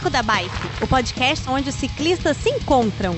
Beco da Bike, o podcast onde os ciclistas se encontram.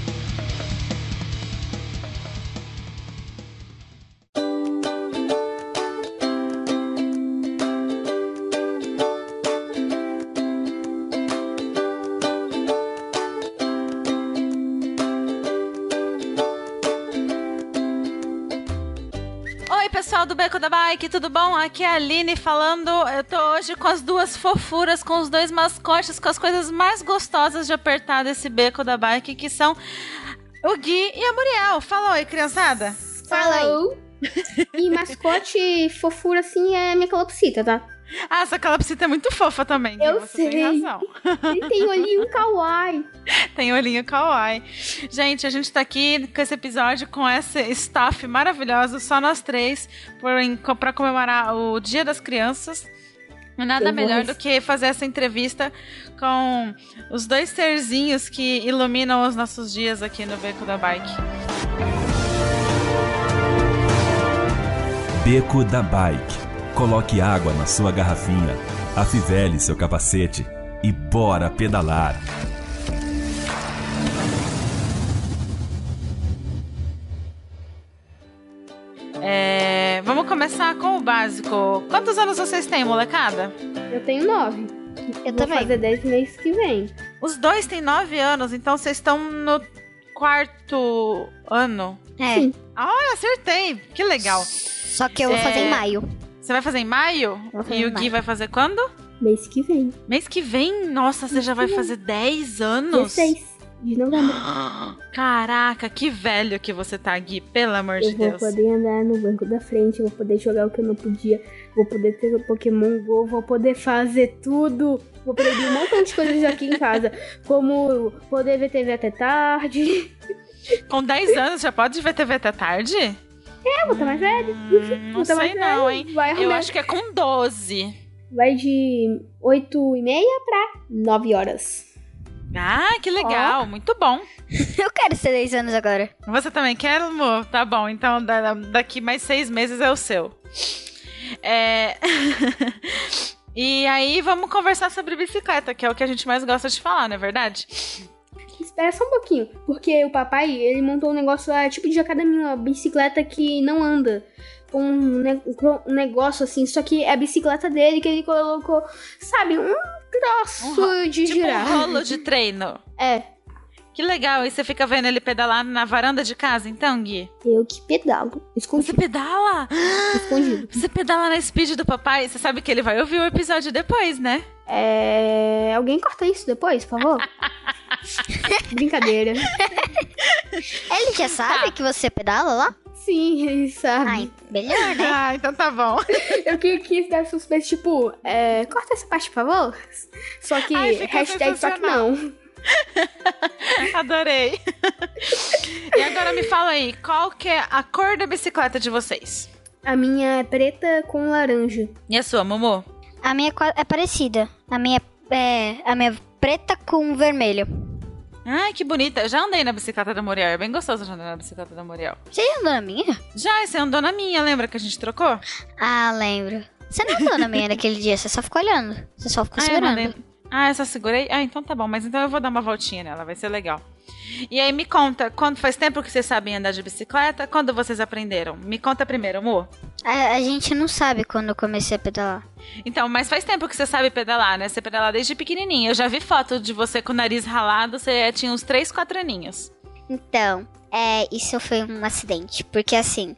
Pessoal do Beco da Bike, tudo bom? Aqui é a Aline falando. Eu tô hoje com as duas fofuras, com os dois mascotes, com as coisas mais gostosas de apertar desse Beco da Bike, que são o Gui e a Muriel. Fala oi, criançada. Fala aí. E mascote fofura assim é minha calopsita, tá? Ah, essa calopsita é muito fofa também, Gui. Eu sei. Tem razão. Ele tem olhinho kawaii. Tem olhinho kawaii. Gente, a gente tá aqui com esse episódio, com esse staff maravilhoso, só nós três, pra comemorar o Dia das Crianças. E nada melhor do que fazer essa entrevista com os dois serzinhos que iluminam os nossos dias aqui no Beco da Bike. Beco da Bike. Coloque água na sua garrafinha, afivele seu capacete e bora pedalar. Vamos começar com o básico. Quantos anos vocês têm, molecada? Eu tenho 9. Eu também. Vou fazer 10 meses que vem. Os dois têm 9 anos, então vocês estão no 4º ano. É. Sim. Ah, acertei. Que legal. Só que eu vou fazer em maio. Você vai fazer em maio? E o Gui vai fazer quando? Mês que vem. Mês que vem? Nossa, você já vai fazer 10 anos? 16 de novembro. Caraca, que velho que você tá, Gui. Pelo amor de Deus. Eu vou poder andar no banco da frente, eu vou poder jogar o que eu não podia, vou poder ter o Pokémon Go, vou poder fazer tudo. Vou poder ver um montão de coisas aqui em casa, como poder ver TV até tarde. Com 10 anos já pode ver TV até tarde? É, vou estar mais velho. Não sei não, hein? Eu acho que é com 12. Vai de 8h30 pra 9 horas. Ah, que legal. Muito bom. Eu quero ser 10 anos agora. Você também quer, amor? Tá bom, então daqui mais 6 meses é o seu. E aí vamos conversar sobre bicicleta, que é o que a gente mais gosta de falar, não é verdade? Espera só um pouquinho, porque o papai, ele montou um negócio lá, tipo de academia, uma bicicleta que não anda. Um negócio assim, só que é a bicicleta dele que ele colocou, sabe, um troço de tipo girar. Um rolo de treino. É. Que legal, e você fica vendo ele pedalar na varanda de casa, então, Gui? Eu que pedalo, escondido. Você pedala? Escondido. Você pedala na speed do papai? Você sabe que ele vai ouvir o episódio depois, né? Alguém corta isso depois, por favor? Brincadeira. Ele já sabe que você pedala lá? Sim, ele sabe. Ai, melhor, né? Ah, então tá bom. Eu quis dar suspense, tipo, corta essa parte, por favor. Só que, hashtag só que não. Adorei. E agora me fala aí, qual que é a cor da bicicleta de vocês? A minha é preta com laranja. E a sua, Momô? A minha é parecida. A minha é preta com vermelho. Ai, que bonita. Eu já andei na bicicleta da Muriel. É bem gostoso de andar na bicicleta da Muriel. Você já andou na minha? Já, você andou na minha. Lembra que a gente trocou? Ah, lembro. Você não andou na minha naquele dia, você só ficou olhando. Você só ficou segurando. Eu só segurei? Ah, então tá bom. Mas então eu vou dar uma voltinha nela. Vai ser legal. E aí, me conta. Quando faz tempo que vocês sabem andar de bicicleta? Quando vocês aprenderam? Me conta primeiro, amor. A gente não sabe quando eu comecei a pedalar. Então, mas faz tempo que você sabe pedalar, né? Você pedala desde pequenininho. Eu já vi foto de você com o nariz ralado. Você tinha uns 3, 4 aninhos. Então, isso foi um acidente. Porque assim,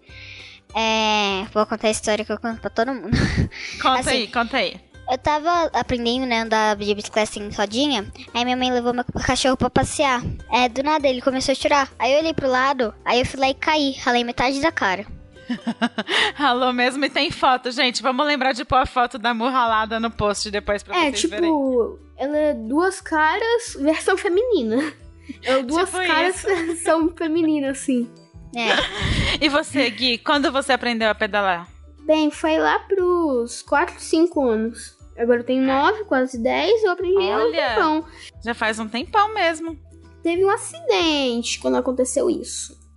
vou contar a história que eu conto pra todo mundo. Conta aí. Eu tava aprendendo, né, andar de bicicleta sem rodinha. Aí minha mãe levou meu cachorro pra passear. Do nada ele começou a chorar. Aí eu olhei pro lado, aí eu fui lá e caí. Ralei metade da cara. Ralou mesmo e tem foto, gente. Vamos lembrar de pôr a foto da Mu ralada no post depois pra vocês verem. Ela é 2 caras, versão feminina. Duas tipo caras, versão feminina, assim. E você, Gui, quando você aprendeu a pedalar? Bem, foi lá pros 4, 5 anos. Agora eu tenho 9, quase 10, eu aprendi há um tempão. Já faz um tempão mesmo. Teve um acidente quando aconteceu isso.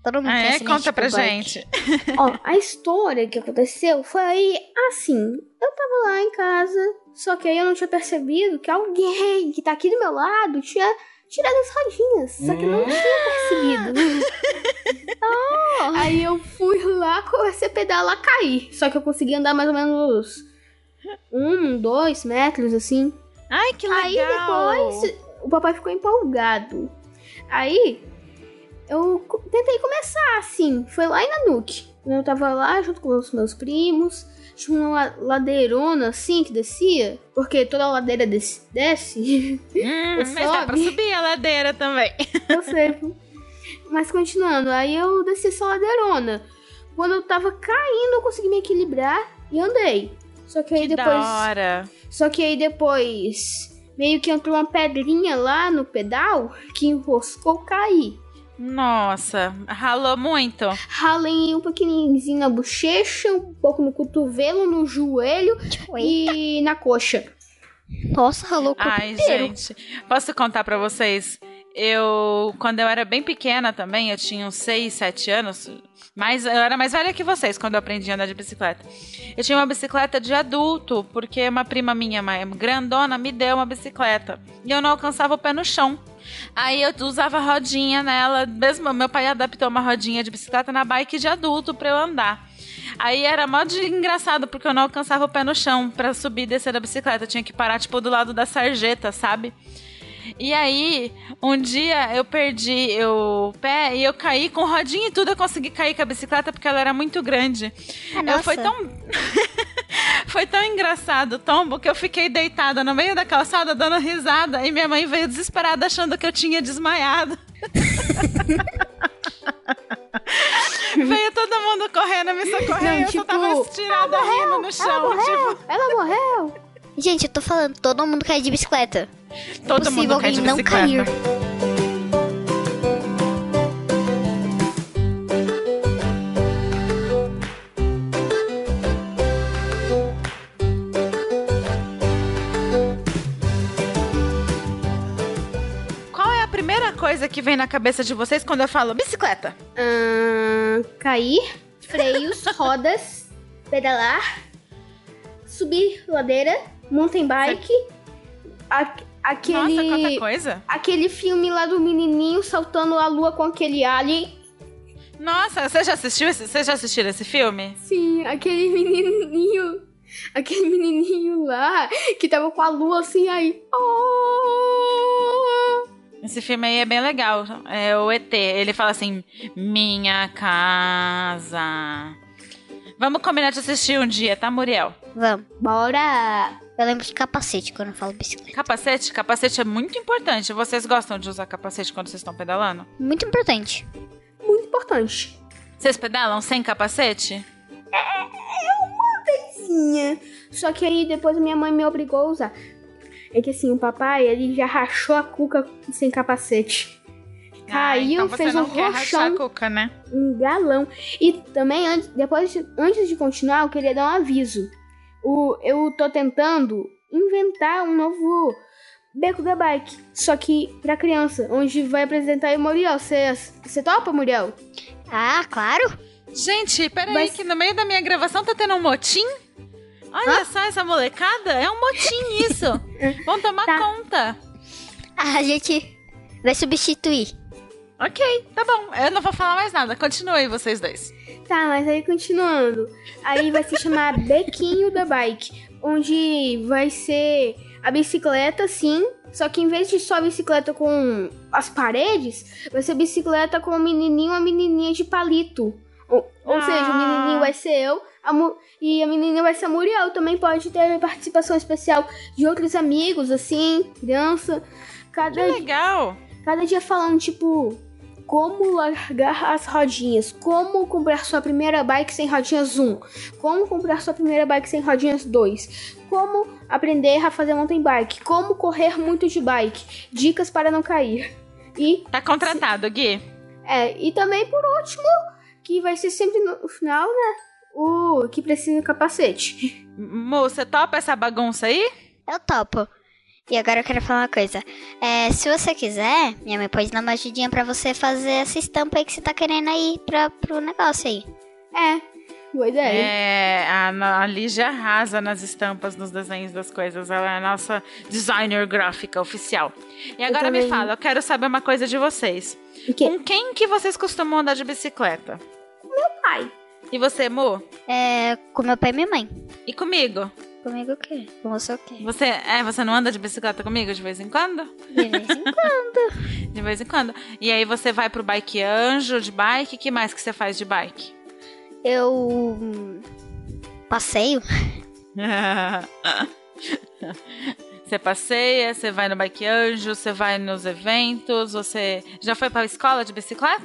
Todo mundo tem acidente Conta com pra bike. gente. Ó, a história que aconteceu foi assim. Eu tava lá em casa, só que aí eu não tinha percebido que alguém que tá aqui do meu lado tinha tirado as rodinhas. Só que eu não tinha percebido. Aí eu fui lá, comecei a pedalar, cair. Só que eu consegui andar mais ou menos 2 metros, assim. Ai, que legal. Aí depois o papai ficou empolgado. Aí eu tentei começar, assim. Foi lá em Nanuque. Eu tava lá junto com os meus primos. Tinha uma ladeirona, assim, que descia. Porque toda ladeira desce. Mas dá pra subir a ladeira também. Eu sei. Mas continuando, aí eu desci essa ladeirona. Quando eu tava caindo, eu consegui me equilibrar e andei. Só que aí depois. Da hora. Só que aí depois meio que entrou uma pedrinha lá no pedal que enroscou, caí. Nossa, ralou muito. Ralei um pouquinho na bochecha, um pouco no cotovelo, no joelho e na coxa. Nossa, ralou o corpo Ai, inteiro. gente, posso contar pra vocês? Quando eu era bem pequena também, eu tinha uns 6, 7 anos, mas eu era mais velha que vocês quando eu aprendi a andar de bicicleta. Eu tinha uma bicicleta de adulto, porque uma prima minha, grandona, me deu uma bicicleta. E eu não alcançava o pé no chão. Aí eu usava rodinha nela, mesmo meu pai adaptou uma rodinha de bicicleta na bike de adulto pra eu andar. Aí era mó engraçado, porque eu não alcançava o pé no chão pra subir e descer da bicicleta. Eu tinha que parar, tipo, do lado da sarjeta, sabe? E aí, um dia eu perdi o pé e eu caí com rodinha e tudo. Eu consegui cair com a bicicleta porque ela era muito grande. Foi tão engraçado o tombo que eu fiquei deitada no meio da calçada dando risada. E minha mãe veio desesperada achando que eu tinha desmaiado. Veio todo mundo correndo me socorrer. Eu só tava estirada rindo no chão. Ela morreu! Gente, eu tô falando, todo mundo cai de bicicleta. Todo mundo cai de não bicicleta. cair. Qual é a primeira coisa que vem na cabeça de vocês quando eu falo bicicleta? Cair, freios, rodas, pedalar, subir ladeira, mountain bike, aquele... Nossa, quanta coisa. Aquele filme lá do menininho saltando a lua com aquele alien. Nossa, vocês já assistiram esse filme? Sim, aquele menininho lá que tava com a lua assim aí. Oh! Esse filme aí é bem legal. É o ET. Ele fala assim: minha casa. Vamos combinar de assistir um dia, tá, Muriel? Vamos. Bora! Eu lembro de capacete quando eu falo bicicleta. Capacete é muito importante. Vocês gostam de usar capacete quando vocês estão pedalando? Muito importante. Muito importante. Vocês pedalam sem capacete? Só que aí depois minha mãe me obrigou a usar. É que assim, o papai, ele já rachou a cuca sem capacete. Caiu, então você fez não um quer rachar a rochão, cuca, né? um galão. E também, antes de continuar, eu queria dar um aviso. Eu tô tentando inventar um novo beco da bike, só que pra criança, onde vai apresentar o Muriel. Você topa, Muriel? Ah, claro. Gente, peraí, Mas- que no meio da minha gravação tá tendo um motim? Olha só essa molecada, é um motim isso. Vão tomar Tá. conta. A gente vai substituir. Ok, tá bom. Eu não vou falar mais nada. Continue vocês dois. Tá, mas aí continuando. Aí vai se chamar Bequinho da Bike, onde vai ser a bicicleta, sim, só que em vez de só a bicicleta com as paredes, vai ser bicicleta com o menininho e a menininha de palito. Ou seja, o menininho vai ser eu e a menininha vai ser a Muriel. Também pode ter participação especial de outros amigos, assim, criança. Que legal. Cada dia falando, tipo, como largar as rodinhas, como comprar sua primeira bike sem rodinhas 1, como comprar sua primeira bike sem rodinhas 2, como aprender a fazer mountain bike, como correr muito de bike, dicas para não cair. E, Tá contratado, Gui. e também, por último, que vai ser sempre no final, né, o que precisa do capacete. Mo, você topa essa bagunça aí? Eu topo. E agora eu quero falar uma coisa. Se você quiser, minha mãe pode dar uma ajudinha pra você fazer essa estampa aí que você tá querendo aí pro negócio aí. Boa ideia. A Lígia arrasa nas estampas, nos desenhos das coisas. Ela é a nossa designer gráfica oficial. E agora me fala, eu quero saber uma coisa de vocês. O quê? Com quem que vocês costumam andar de bicicleta? Meu pai. E você, Mo? Com meu pai e minha mãe. E comigo? Comigo o quê? Com você o quê? Você não anda de bicicleta comigo de vez em quando? De vez em quando. De vez em quando. E aí você vai pro Bike Anjo de bike? O que mais que você faz de bike? Eu passeio. Você passeia, você vai no Bike Anjo, você vai nos eventos, você já foi pra escola de bicicleta?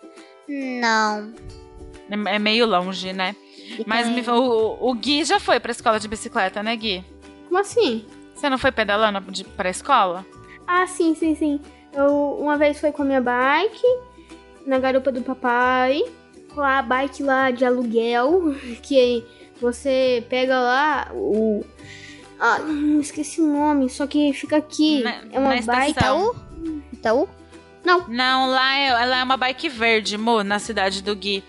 Não. É meio longe, né? Mas o Gui já foi pra escola de bicicleta, né, Gui? Como assim? Você não foi pedalando pra escola? Ah, sim. Eu uma vez fui com a minha bike na garupa do papai, com a bike lá de aluguel, que você pega lá esqueci o nome, só que fica aqui. É uma bike. Itaú? Não, lá ela é uma bike verde, Mo, na cidade do Gui.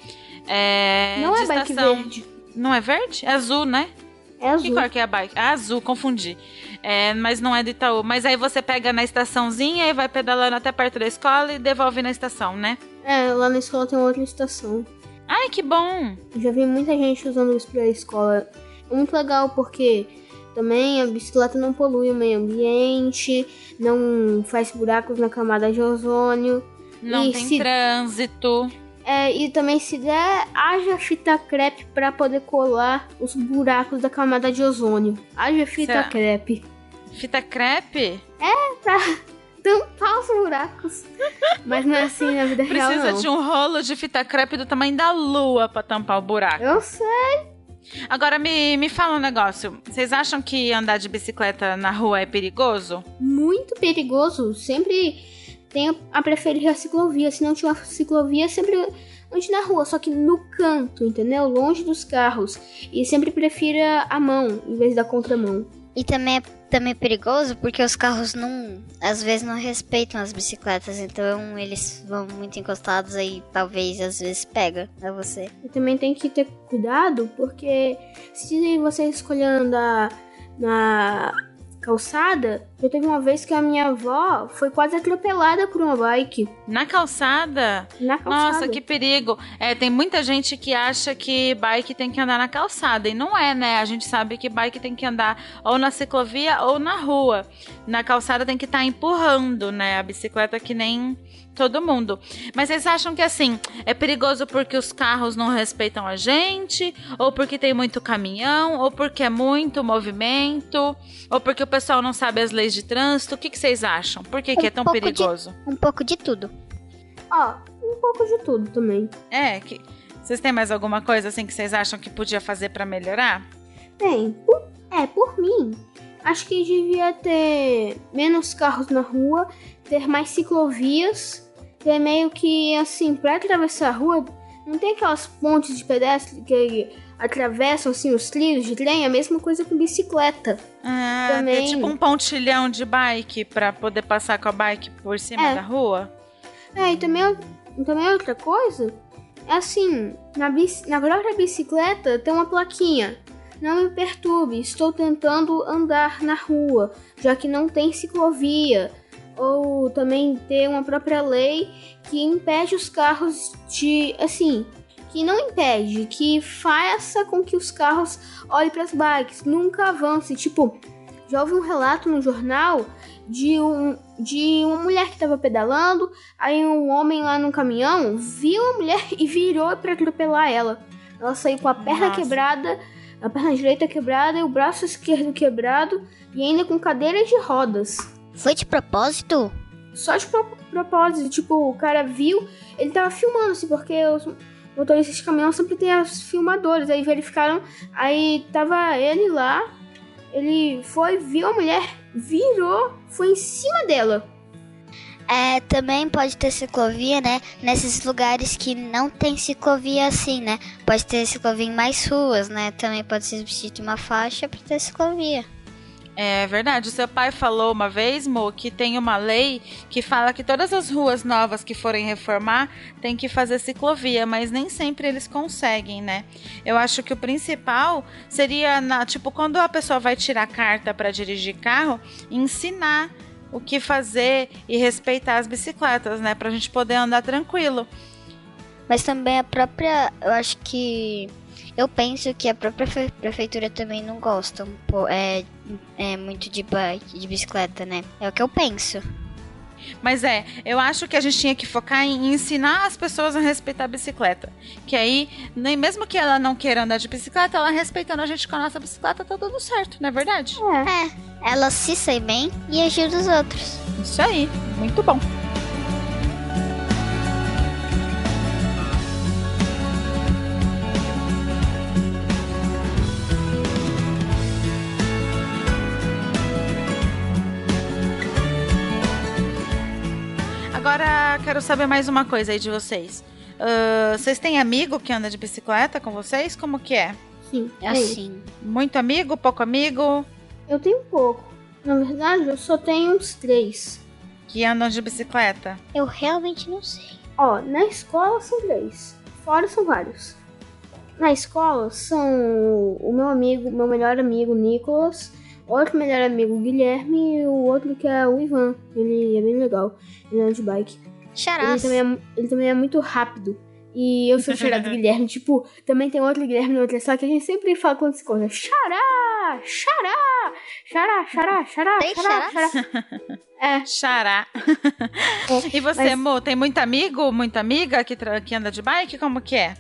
Não é bike verde. Não é verde? É azul, né? É azul. Que cor que é a bike? Ah, azul, confundi. Mas não é do Itaú. Mas aí você pega na estaçãozinha e vai pedalando até perto da escola e devolve na estação, né? Lá na escola tem outra estação. Ai, que bom! Já vi muita gente usando isso pra escola. É muito legal porque também a bicicleta não polui o meio ambiente, não faz buracos na camada de ozônio. Não tem trânsito. E também se der, haja fita crepe pra poder colar os buracos da camada de ozônio. Haja fita crepe. Fita crepe? Pra tampar os buracos. Mas não é assim na vida real, não. Precisa de um rolo de fita crepe do tamanho da lua pra tampar o buraco. Eu sei. Agora me fala um negócio. Vocês acham que andar de bicicleta na rua é perigoso? Muito perigoso. Sempre tem a preferir a ciclovia. Se não tiver ciclovia, sempre ande na rua, só que no canto, entendeu? Longe dos carros. E sempre prefira a mão em vez da contramão. E também é perigoso porque os carros às vezes não respeitam as bicicletas, então eles vão muito encostados aí, talvez às vezes pega a você. E também tem que ter cuidado, porque se você escolher andar na calçada, já teve uma vez que a minha avó foi quase atropelada por uma bike. Na calçada? Na calçada. Nossa, que perigo. Tem muita gente que acha que bike tem que andar na calçada, e não é, né? A gente sabe que bike tem que andar ou na ciclovia ou na rua. Na calçada tem que estar empurrando, né? A bicicleta que nem todo mundo. Mas vocês acham que, assim, é perigoso porque os carros não respeitam a gente? Ou porque tem muito caminhão? Ou porque é muito movimento? Ou porque o pessoal não sabe as leis de trânsito? O que vocês acham? Por que é tão perigoso? Um pouco de tudo. Um pouco de tudo também. Vocês têm mais alguma coisa, assim, que vocês acham que podia fazer pra melhorar? Tem. Por mim, acho que devia ter menos carros na rua, ter mais ciclovias. É meio que assim, pra atravessar a rua, não tem aquelas pontes de pedestre que atravessam assim os trilhos de trem, a mesma coisa com bicicleta. Também... É tipo um pontilhão de bike pra poder passar com a bike por cima da rua. E também outra coisa, é assim, na própria bicicleta tem uma plaquinha. Não me perturbe, estou tentando andar na rua, já que não tem ciclovia. Ou também ter uma própria lei que impede os carros de, assim, que não impede, que faça com que os carros olhem para as bikes, nunca avance. Tipo, já houve um relato no jornal de uma mulher que estava pedalando, aí um homem lá no caminhão viu a mulher e virou para atropelar ela. Ela saiu com a perna quebrada, a perna direita quebrada e o braço esquerdo quebrado e ainda com cadeira de rodas. Foi de propósito? Só de propósito. Tipo, o cara viu, ele tava filmando, assim, porque os motoristas de caminhão sempre tem os filmadores. Aí verificaram, aí tava ele lá, ele foi, viu a mulher, virou, foi em cima dela. Também pode ter ciclovia, né? Nesses lugares que não tem ciclovia assim, né? Pode ter ciclovia em mais ruas, né? Também pode ser substituir uma faixa pra ter ciclovia. É verdade. O seu pai falou uma vez, Mo, que tem uma lei que fala que todas as ruas novas que forem reformar tem que fazer ciclovia, mas nem sempre eles conseguem, né? Eu acho que o principal seria, tipo, quando a pessoa vai tirar carta para dirigir carro, ensinar o que fazer e respeitar as bicicletas, né? Pra gente poder andar tranquilo. Mas também eu penso que a própria prefeitura também não gosta muito de bike, de bicicleta, né? É o que eu penso. Mas eu acho que a gente tinha que focar em ensinar as pessoas a respeitar a bicicleta. Que aí, mesmo que ela não queira andar de bicicleta, ela respeitando a gente com a nossa bicicleta, tá tudo certo, não é verdade? Ela se sai bem e ajuda os outros. Isso aí, muito bom. Agora, quero saber mais uma coisa aí de vocês. Vocês têm amigo que anda de bicicleta com vocês? Como que é? Sim. Assim. Muito amigo? Pouco amigo? Eu tenho pouco. Na verdade, eu só tenho uns 3. Que andam de bicicleta? Eu realmente não sei. Ó, na escola são 3. Fora são vários. Na escola são o meu melhor amigo, Nicolas. Outro melhor amigo, Guilherme, e o outro que é o Ivan. Ele é bem legal. Ele anda de bike. Charaço. Ele também é muito rápido. E eu sou xará do Guilherme. Tipo, também tem outro Guilherme na outra sala que a gente sempre fala quando se conta. Xará! Xará! Xará, xará, xará, Tem xará, xará. Xará. E você, Mo, tem muito amigo, muita amiga que anda de bike? Como que é?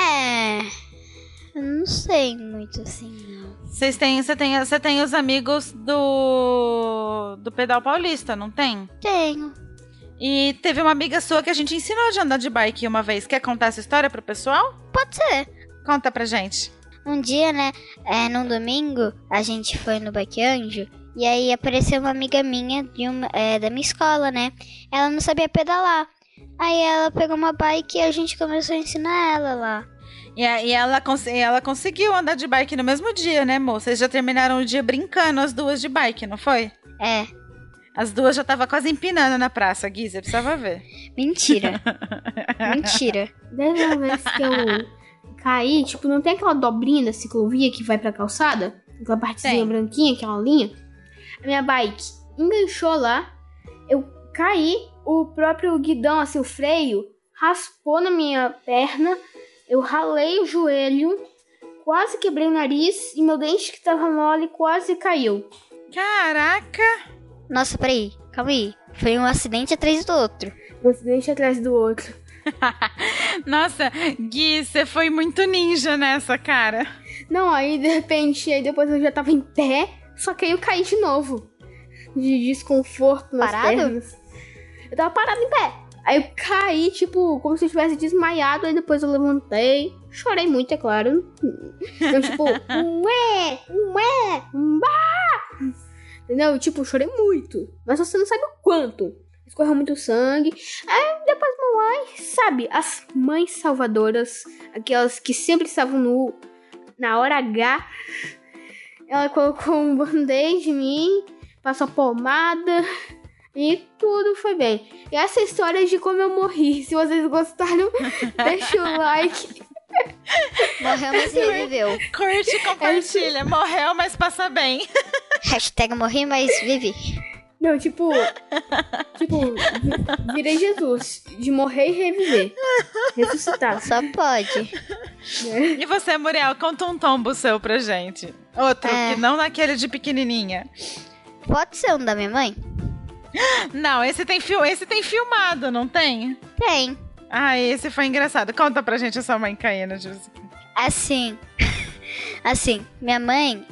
Eu não sei muito assim, não. Você tem os amigos do Pedal Paulista, não tem? Tenho. E teve uma amiga sua que a gente ensinou a andar de bike uma vez. Quer contar essa história pro pessoal? Pode ser. Conta pra gente. Um dia, né, num domingo, a gente foi no Bike Anjo. E aí apareceu uma amiga minha da minha escola, né? Ela não sabia pedalar. Aí ela pegou uma bike e a gente começou a ensinar ela lá. E ela conseguiu andar de bike no mesmo dia, né, moça? Vocês já terminaram o dia brincando as duas de bike, não foi? É. As duas já estavam quase empinando na praça, Gui, você precisava ver. Mentira. Mentira. Desde uma vez que eu caí, tipo, não tem aquela dobrinha da ciclovia que vai pra calçada? Aquela partezinha branquinha, aquela linha? A minha bike enganchou lá, eu caí, o próprio guidão, assim, o freio, raspou na minha perna, eu ralei o joelho, quase quebrei o nariz e meu dente que tava mole quase caiu. Caraca! Nossa, peraí, calma aí. Foi um acidente atrás do outro. Um acidente atrás do outro. Nossa, Gui, você foi muito ninja nessa, cara. Não, aí de repente, depois eu já tava em pé, só que aí eu caí de novo. De desconforto nas pernas. Eu tava parado em pé. Aí eu caí, tipo, como se eu tivesse desmaiado. Aí depois eu levantei. Chorei muito, é claro. Então, tipo, entendeu? Tipo, chorei muito. Mas você não sabe o quanto. Escorreu muito sangue. Aí depois mamãe, sabe? As mães salvadoras. Aquelas que sempre estavam na hora H. Ela colocou um band-aid em mim. Passou pomada. E tudo foi bem. E essa é a história de como eu morri. Se vocês gostaram, deixa o like. Morreu, mas reviveu. Curte e compartilha. Morreu, mas passa bem. Hashtag morri, mas vivi. Não, tipo, virei Jesus. De morrer e reviver. Ressuscitar. Só pode. E você, Muriel, conta um tombo seu pra gente. Outro, que não naquele de pequenininha. Pode ser um da minha mãe? Não, esse tem filmado, não tem? Tem. Ah, esse foi engraçado. Conta pra gente a sua mãe caindo. Assim, minha mãe,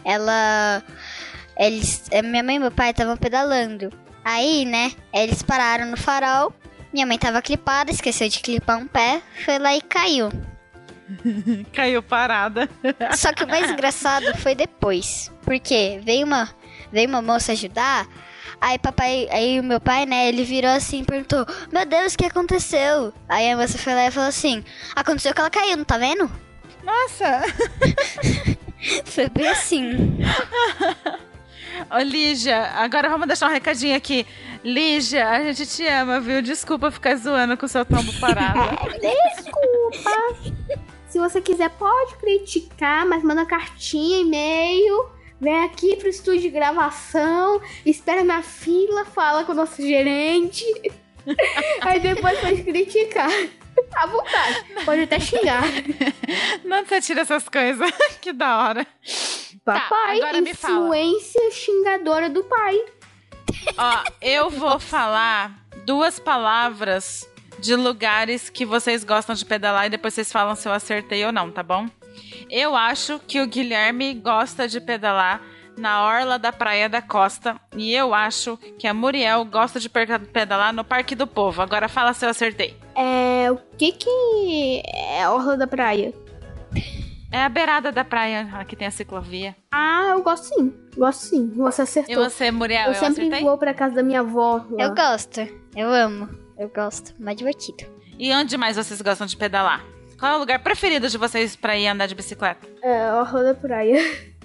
minha mãe e meu pai estavam pedalando. Aí, né, eles pararam no farol. Minha mãe tava clipada, esqueceu de clipar um pé, foi lá e caiu. Caiu parada. Só que o mais engraçado foi depois. Porque veio uma moça ajudar. Aí o meu pai, né, ele virou assim e perguntou: meu Deus, o que aconteceu? Aí a moça foi lá e falou assim: aconteceu que ela caiu, não tá vendo? Nossa! Foi bem assim. Ô, Lígia, agora vamos deixar um recadinho aqui. Lígia, a gente te ama, viu? Desculpa ficar zoando com o seu tombo parado. Desculpa. Se você quiser, pode criticar, mas manda cartinha, e-mail. Vem aqui pro estúdio de gravação, espera na fila, fala com o nosso gerente. Aí depois pode criticar. À vontade. Pode até xingar. Não, você tira essas coisas. Que da hora. Papai, tá, agora me fala. Influência xingadora do pai. Ó, eu vou falar 2 palavras de lugares que vocês gostam de pedalar e depois vocês falam se eu acertei ou não, tá bom? Eu acho que o Guilherme gosta de pedalar na orla da Praia da Costa e eu acho que a Muriel gosta de pedalar no Parque do Povo. Agora fala se eu acertei. O que é a orla da praia? É a beirada da praia, aqui tem a ciclovia. Ah, eu gosto sim. Gosto sim. Você acertou. E você, Muriel, eu sempre acertei? vou pra casa da minha avó. Lá. Eu gosto. Eu amo. Eu gosto. Mais divertido. E onde mais vocês gostam de pedalar? Qual é o lugar preferido de vocês pra ir andar de bicicleta? A orla da praia.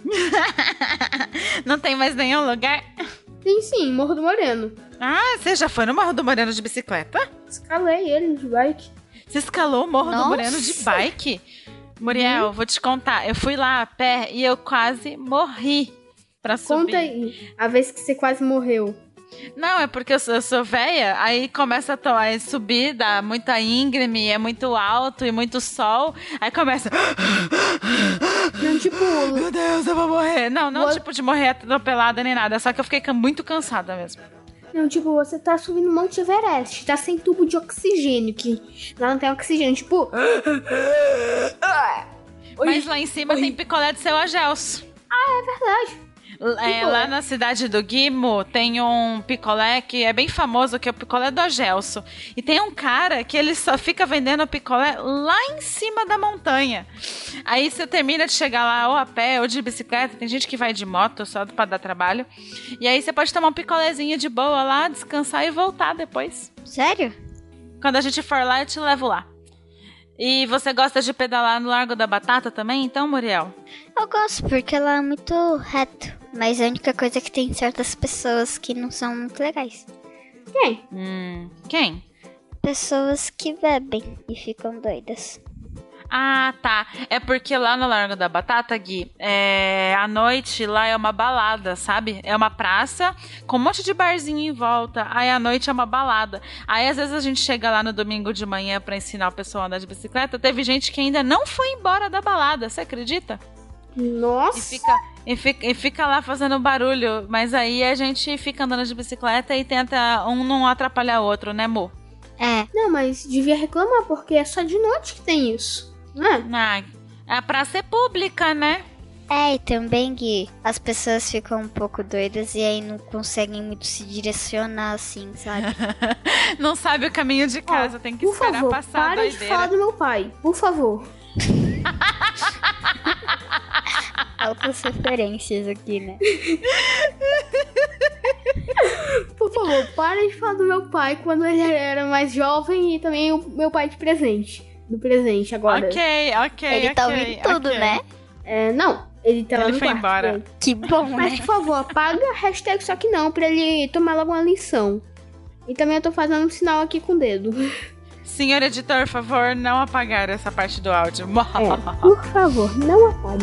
Não tem mais nenhum lugar? Tem sim, Morro do Moreno. Ah, você já foi no Morro do Moreno de bicicleta? Escalei ele de bike. Você escalou o Morro do Nossa. Moreno de bike? Muriel, vou te contar. Eu fui lá a pé e eu quase morri pra subir. Conta aí, a vez que você quase morreu. Não, é porque eu sou véia, aí começa a subir, dá muita íngreme, é muito alto e muito sol, aí começa... Não, tipo... Meu Deus, eu vou morrer. Não tipo de morrer atropelada nem nada, só que eu fiquei muito cansada mesmo. Não, tipo, você tá subindo o Monte Everest, tá sem tubo de oxigênio, que lá não tem oxigênio, tipo... Mas lá em cima tem picolé de seu Agelso. Ah, é verdade. Lá na cidade do Guimo tem um picolé que é bem famoso, que é o picolé do Agelso. E tem um cara que ele só fica vendendo picolé lá em cima da montanha. Aí você termina de chegar lá ou a pé ou de bicicleta. Tem gente que vai de moto só pra dar trabalho. E aí você pode tomar um picolézinho de boa lá, descansar e voltar depois. Sério? Quando a gente for lá, eu te levo lá. E você gosta de pedalar no Largo da Batata também, então, Muriel? Eu gosto, porque lá é muito reto. Mas a única coisa é que tem certas pessoas que não são muito legais. Quem? Quem? Pessoas que bebem e ficam doidas. Ah, tá. É porque lá no Largo da Batata, Gui, à noite lá é uma balada, sabe? É uma praça com um monte de barzinho em volta. Aí à noite é uma balada. Aí às vezes a gente chega lá no domingo de manhã pra ensinar o pessoal a andar de bicicleta. Teve gente que ainda não foi embora da balada, você acredita? Nossa! E fica lá fazendo barulho. Mas aí a gente fica andando de bicicleta e tenta um não atrapalhar o outro, né, Mo? É. Não, mas devia reclamar, porque é só de noite que tem isso. Ah, a praça é pública, né? É, e também, Gui, as pessoas ficam um pouco doidas e aí não conseguem muito se direcionar, assim, sabe? Não sabe o caminho de casa, tem que por esperar favor, passar a para de doideira. falar do meu pai, por favor. Altas referências aqui, né? Por favor, para de falar do meu pai quando ele era mais jovem e também o meu pai de presente. Do presente agora. Ok. Ele tá ouvindo tudo, né? Não, ele tá lá Ele no foi quarto embora. dele. Que bom, Mas, né? por favor, apaga a hashtag só que não, pra ele tomar logo uma lição. E também eu tô fazendo um sinal aqui com o dedo. Senhor editor, por favor, não apagar essa parte do áudio. Por favor, não apague.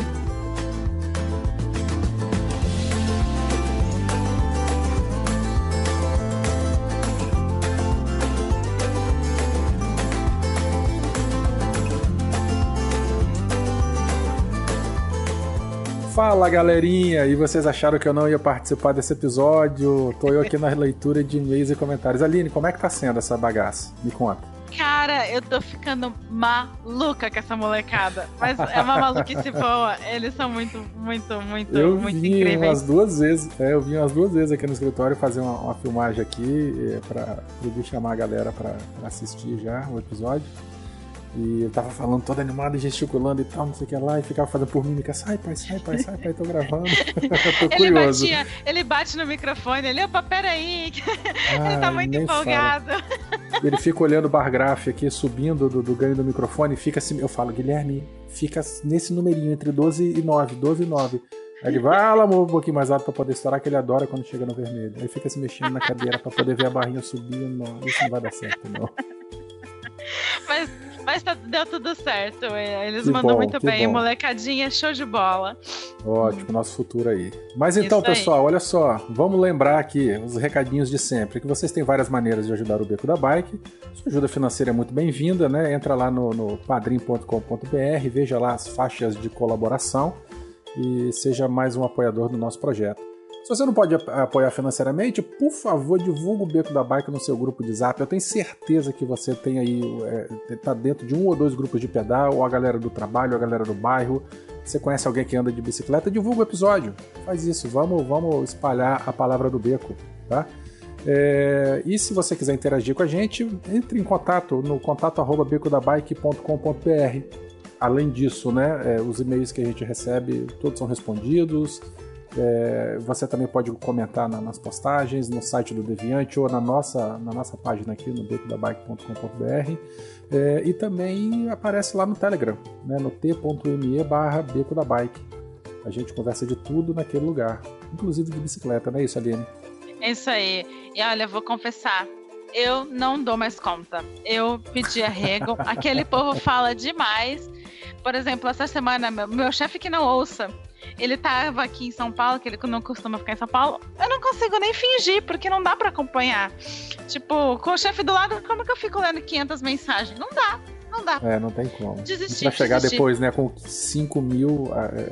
Fala, galerinha! E vocês acharam que eu não ia participar desse episódio? Tô eu aqui na leitura de e-mails e comentários. Aline, como é que tá sendo essa bagaça? Me conta. Cara, eu tô ficando maluca com essa molecada. Mas é uma maluquice boa. Eles são muito Eu muito vim incríveis. umas duas vezes. Eu vim umas 2 vezes aqui no escritório fazer uma filmagem aqui pra poder chamar a galera pra assistir já o episódio. E eu tava falando todo animado e gesticulando e tal, não sei o que lá, e ficava fazendo por mímica, sai pai, tô gravando. Tô curioso. Ele bate no microfone, ele, opa, peraí, ele tá muito nem empolgado. fala. Ele fica olhando o bar graph aqui, subindo do ganho do microfone, e fica assim, eu falo, Guilherme, fica nesse numerinho entre 12 e 9. Aí ele vai lá um pouquinho mais alto pra poder estourar, que ele adora quando chega no vermelho. Aí fica se mexendo na cadeira pra poder ver a barrinha subindo. Não, isso não vai dar certo, não. Mas deu tudo certo. Eles Que mandam bom, muito que bem. bom. Molecadinha, show de bola. Ótimo, nosso futuro aí. Mas então, Isso aí. pessoal, olha só. Vamos lembrar aqui os recadinhos de sempre. Que vocês têm várias maneiras de ajudar o Beco da Bike. Sua ajuda financeira é muito bem-vinda, né? Entra lá no padrim.com.br, veja lá as faixas de colaboração e seja mais um apoiador do nosso projeto. Se você não pode apoiar financeiramente, por favor, divulga o Beco da Bike no seu grupo de Zap. Eu tenho certeza que você tem aí, tá dentro de 1 ou 2 grupos de pedal, ou a galera do trabalho, ou a galera do bairro. Você conhece alguém que anda de bicicleta, divulga o episódio. Faz isso, vamos espalhar a palavra do Beco, tá? E se você quiser interagir com a gente, entre em contato no contato@becodabike.com.br. Além disso, né, os e-mails que a gente recebe, todos são respondidos. Você também pode comentar nas postagens, no site do Deviante ou na nossa página aqui no becodabike.com.br. E também aparece lá no Telegram, né, no t.me/becodabike. A gente conversa de tudo naquele lugar, inclusive de bicicleta, não é isso, Aline? É isso aí. E olha, eu vou confessar, eu não dou mais conta. Eu pedi arrego, aquele povo fala demais. Por exemplo, essa semana, meu chefe que não ouça, ele tava aqui em São Paulo, que ele não costuma ficar em São Paulo, eu não consigo nem fingir, porque não dá pra acompanhar. Tipo, com o chefe do lado, como é que eu fico lendo 500 mensagens? Não dá. Não tem como. Desistir, pra chegar depois, né, com 5 mil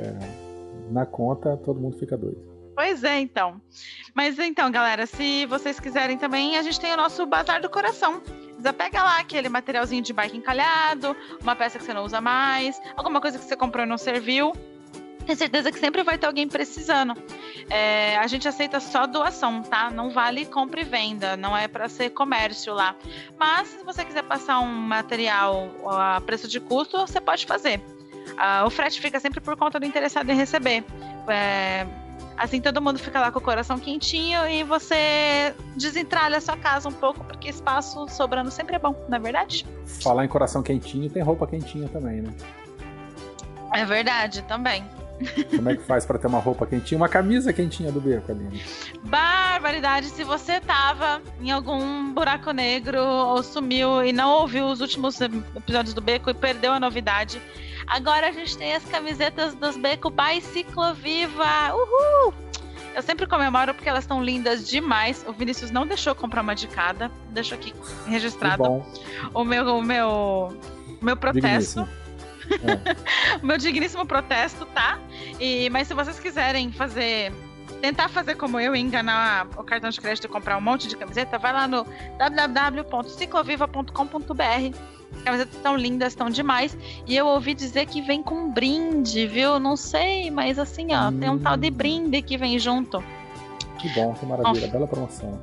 na conta, todo mundo fica doido. Pois é, então. Mas então, galera, se vocês quiserem também, a gente tem o nosso Bazar do Coração. Você pega lá aquele materialzinho de bike encalhado, uma peça que você não usa mais, alguma coisa que você comprou e não serviu. Tenho certeza que sempre vai ter alguém precisando. A gente aceita só doação, tá? Não vale compra e venda, não é para ser comércio lá. Mas se você quiser passar um material a preço de custo, você pode fazer. O frete fica sempre por conta do interessado em receber. Assim todo mundo fica lá com o coração quentinho e você desentralha a sua casa um pouco, porque espaço sobrando sempre é bom, não é verdade? Falar em coração quentinho, tem roupa quentinha também, né? É verdade, também. Como é que faz pra ter uma roupa quentinha? Uma camisa quentinha do Beco, Aline. Barbaridade, se você tava em algum buraco negro ou sumiu e não ouviu os últimos episódios do Beco e perdeu a novidade, agora a gente tem as camisetas dos Beco by Cicloviva. Uhul! Eu sempre comemoro porque elas estão lindas demais. O Vinícius não deixou comprar uma de cada. Deixou aqui registrado. Bom. O meu protesto. O meu digníssimo protesto, tá? Mas se vocês quiserem tentar fazer como eu e enganar o cartão de crédito e comprar um monte de camiseta, vai lá no www.cicloviva.com.br. As camisetas estão lindas, estão demais. E eu ouvi dizer que vem com brinde, viu? Não sei, mas assim, ó, tem um tal de brinde que vem junto. Que bom, que maravilha, bela promoção.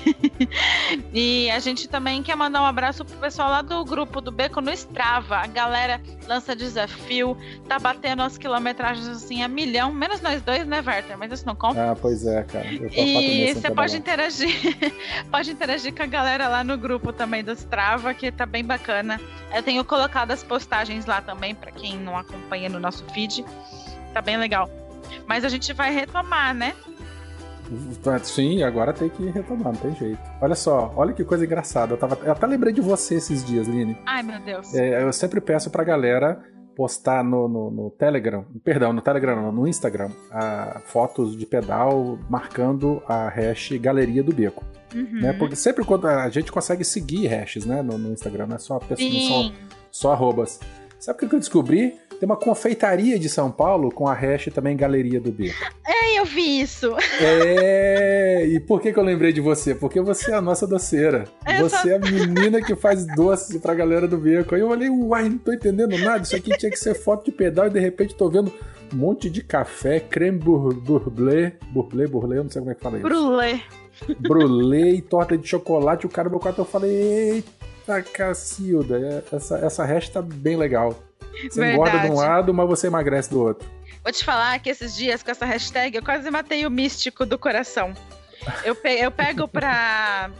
E a gente também quer mandar um abraço pro pessoal lá do grupo do Beco no Strava. A galera lança desafio, tá batendo as quilometragens assim a milhão, menos nós dois, né, Werther? Mas isso não conta. Pois é, cara. E você pode interagir com a galera lá no grupo também do Strava, que tá bem bacana. Eu tenho colocado as postagens lá também, pra quem não acompanha no nosso feed. Tá bem legal. Mas a gente vai retomar, né? Sim, agora tem que retomar, não tem jeito. Olha só, olha que coisa engraçada. Eu até lembrei de você esses dias, Line. Ai, meu Deus. Eu sempre peço pra galera postar no Telegram, perdão, no Telegram não, no Instagram, fotos de pedal marcando a hash Galeria do Beco. Uhum. Né? Porque sempre quando a gente consegue seguir hashes, né, no Instagram, não é só pessoas, não são só arrobas. Sabe o que eu descobri? Tem uma confeitaria de São Paulo com a hash também Galeria do Beco. Eu vi isso. E por que eu lembrei de você? Porque você é a nossa doceira. Você é a menina que faz doce pra galera do Beco. Aí eu olhei, uai, não tô entendendo nada. Isso aqui tinha que ser foto de pedal e de repente tô vendo um monte de café, creme brûlée, eu não sei como é que fala isso. Brûlée e torta de chocolate. O cara do meu quarto, eu falei, eita cacilda, essa hash tá bem legal. Você engorda de um lado, mas você emagrece do outro. Vou te falar que esses dias com essa hashtag eu quase matei o místico do coração. Eu pego pra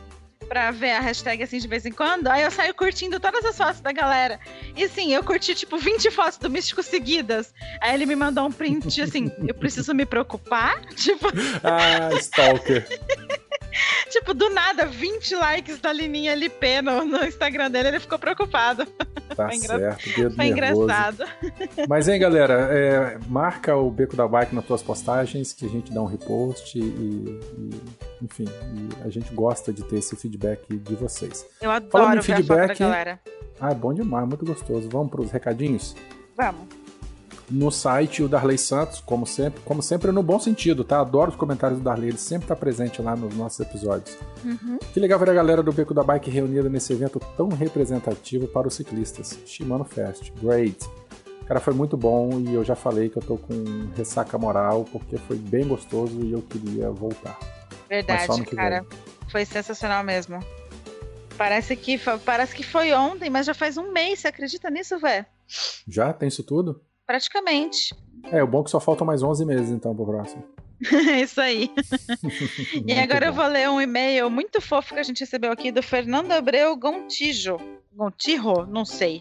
pra ver a hashtag assim de vez em quando, aí eu saio curtindo todas as fotos da galera. E assim, eu curti tipo 20 fotos do Místico seguidas. Aí ele me mandou um print assim, eu preciso me preocupar? Tipo... stalker. Tipo, do nada, 20 likes da Lininha LP no Instagram dele, ele ficou preocupado. Tá certo, dedo Foi engraçado. Mas, hein, galera, marca o Beco da Bike nas tuas postagens, que a gente dá um repost enfim, a gente gosta de ter esse feedback de vocês. Eu adoro ver a foto da galera. É bom demais, muito gostoso. Vamos para os recadinhos? Vamos. No site, o Darley Santos, como sempre no bom sentido, tá? Adoro os comentários do Darley, ele sempre tá presente lá nos nossos episódios. Que legal ver a galera do Beco da Bike reunida nesse evento tão representativo para os ciclistas. Shimano Fest, great! Cara, foi muito bom e eu já falei que eu tô com ressaca moral, porque foi bem gostoso e eu queria voltar. Verdade, cara. Foi sensacional mesmo. Parece que foi ontem, mas já faz um mês, você acredita nisso, velho? Já? Tem isso tudo? Praticamente. O bom é que só faltam mais 11 meses, então, pro próximo. Isso aí. E agora eu vou ler um e-mail muito fofo que a gente recebeu aqui do Fernando Abreu Gontijo. Gontijo? Não sei.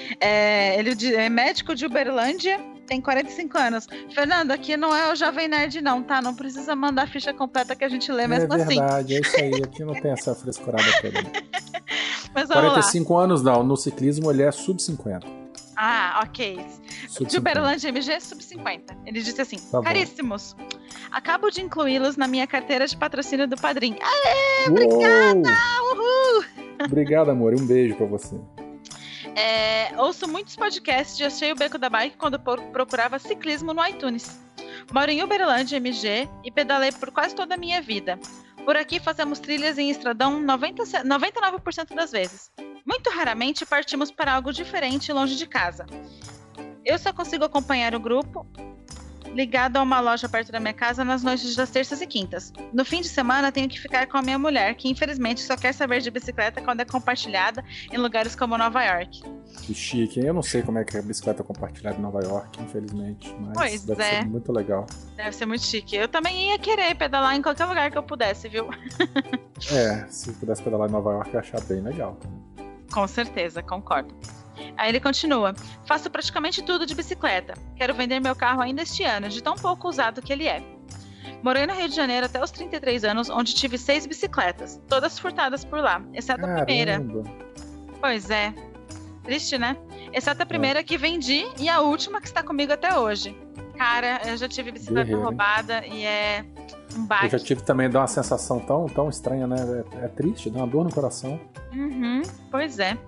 Ele é médico de Uberlândia, tem 45 anos. Fernando, aqui não é o Jovem Nerd não, tá? Não precisa mandar a ficha completa que a gente lê mesmo assim. É verdade, é isso aí. Aqui não tem essa frescurada toda. Mas 45 anos não, no ciclismo ele é sub-50. Ah, ok. De Uberlândia MG, sub-50. Ele disse assim, tá caríssimos, acabo de incluí-los na minha carteira de patrocínio do Padrim. Aê, obrigada! Uhul! Obrigado, amor. Um beijo pra você. Ouço muitos podcasts e achei o Beco da Bike quando procurava ciclismo no iTunes. Moro em Uberlândia MG e pedalei por quase toda a minha vida. Por aqui fazemos trilhas em estradão 99% das vezes. Muito raramente partimos para algo diferente longe de casa. Eu só consigo acompanhar o grupo ligado a uma loja perto da minha casa nas noites das terças e quintas. No fim de semana tenho que ficar com a minha mulher, que infelizmente só quer saber de bicicleta quando é compartilhada em lugares como Nova York. Que chique, eu não sei como é que é a bicicleta compartilhada em Nova York, infelizmente, mas deve ser muito legal. Deve ser muito chique. Eu também ia querer pedalar em qualquer lugar que eu pudesse, viu? Se pudesse pedalar em Nova York, eu ia achar bem legal. Com certeza, concordo. Aí ele continua. Faço praticamente tudo de bicicleta. Quero vender meu carro ainda este ano, de tão pouco usado que ele é. Morei no Rio de Janeiro até os 33 anos, onde tive 6 bicicletas, todas furtadas por lá, exceto a primeira. Pois é. Triste, né? Exceto a primeira que vendi e a última que está comigo até hoje. Cara, eu já tive bicicleta roubada e é um baque. Eu já tive também, dá uma sensação tão estranha, né? É triste, dá uma dor no coração. Pois é.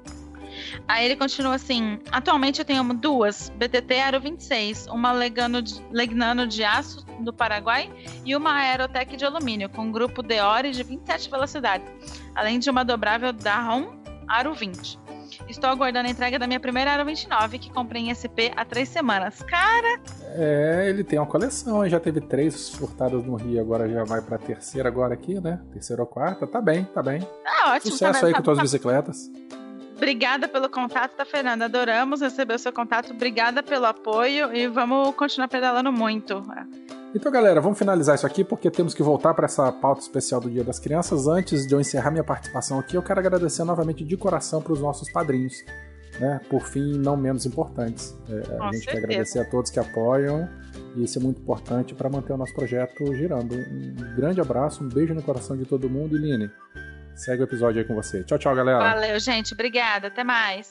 Aí ele continua assim, atualmente eu tenho 2 BTT Aero 26, uma Legnano de aço do Paraguai e uma Aerotech de alumínio, com grupo Deore de 27 velocidades, além de uma dobrável Dahon Aro 20. Estou aguardando a entrega da minha primeira Aro 29, que comprei em SP há 3 semanas. Cara! Ele tem uma coleção, já teve 3 furtadas no Rio, agora já vai pra terceira agora aqui, né? Terceira ou quarta, tá bem. Tá ótimo. Sucesso aí com tuas bicicletas. Obrigada pelo contato, tá, Fernanda? Adoramos receber o seu contato. Obrigada pelo apoio e vamos continuar pedalando muito. Então, galera, vamos finalizar isso aqui porque temos que voltar para essa pauta especial do Dia das Crianças. Antes de eu encerrar minha participação aqui, eu quero agradecer novamente de coração para os nossos padrinhos, né? Por fim, não menos importantes. A gente quer agradecer a todos que apoiam e isso é muito importante para manter o nosso projeto girando. Um grande abraço, um beijo no coração de todo mundo e Line, segue o episódio aí com você. Tchau, tchau, galera. Valeu, gente. Obrigada. Até mais.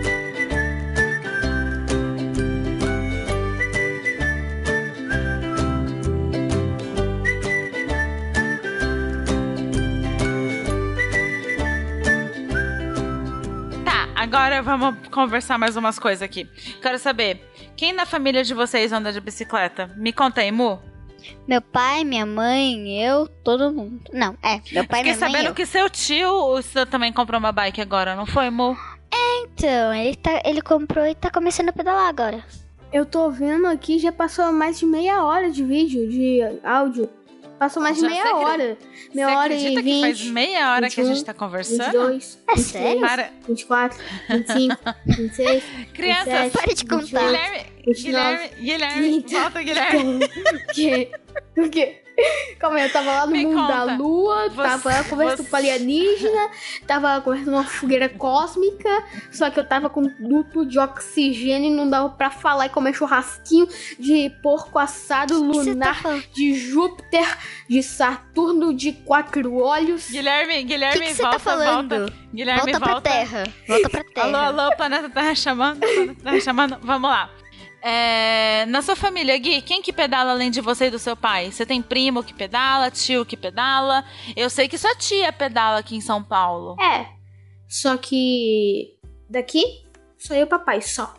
Agora vamos conversar mais umas coisas aqui. Quero saber, quem na família de vocês anda de bicicleta? Me conta aí, Mu. Meu pai, minha mãe, eu, todo mundo. Não, meu pai, minha mãe, sabendo eu. Que seu tio também comprou uma bike agora, não foi, Mu? Então, ele comprou e tá começando a pedalar agora. Eu tô vendo aqui, já passou mais de meia hora de vídeo, de áudio. Passou mais de meia hora. Meia hora e 20. Que faz meia hora 21, que a gente tá conversando? 22, é sério? 24, 25, 26, crianças, 27, pare de contar. 29, Guilherme, volta, Guilherme. O quê? Calma aí, eu tava lá no Me mundo conta. da lua, tava conversando com alienígena, tava conversando com uma fogueira cósmica, só que eu tava com duto de oxigênio e não dava pra falar e comer churrasquinho de porco assado O que você tá lunar, falando? de Júpiter, de Saturno, de 4 olhos. Guilherme, O que você volta, tá falando? volta. Guilherme, Volta pra terra. Volta pra terra. Alô, planeta Terra chamando, planeta Terra chamando. Vamos lá. Na sua família, Gui, quem que pedala além de você e do seu pai? Você tem primo que pedala, tio que pedala? Eu sei que sua tia pedala aqui em São Paulo. Só que daqui só eu e o papai, só.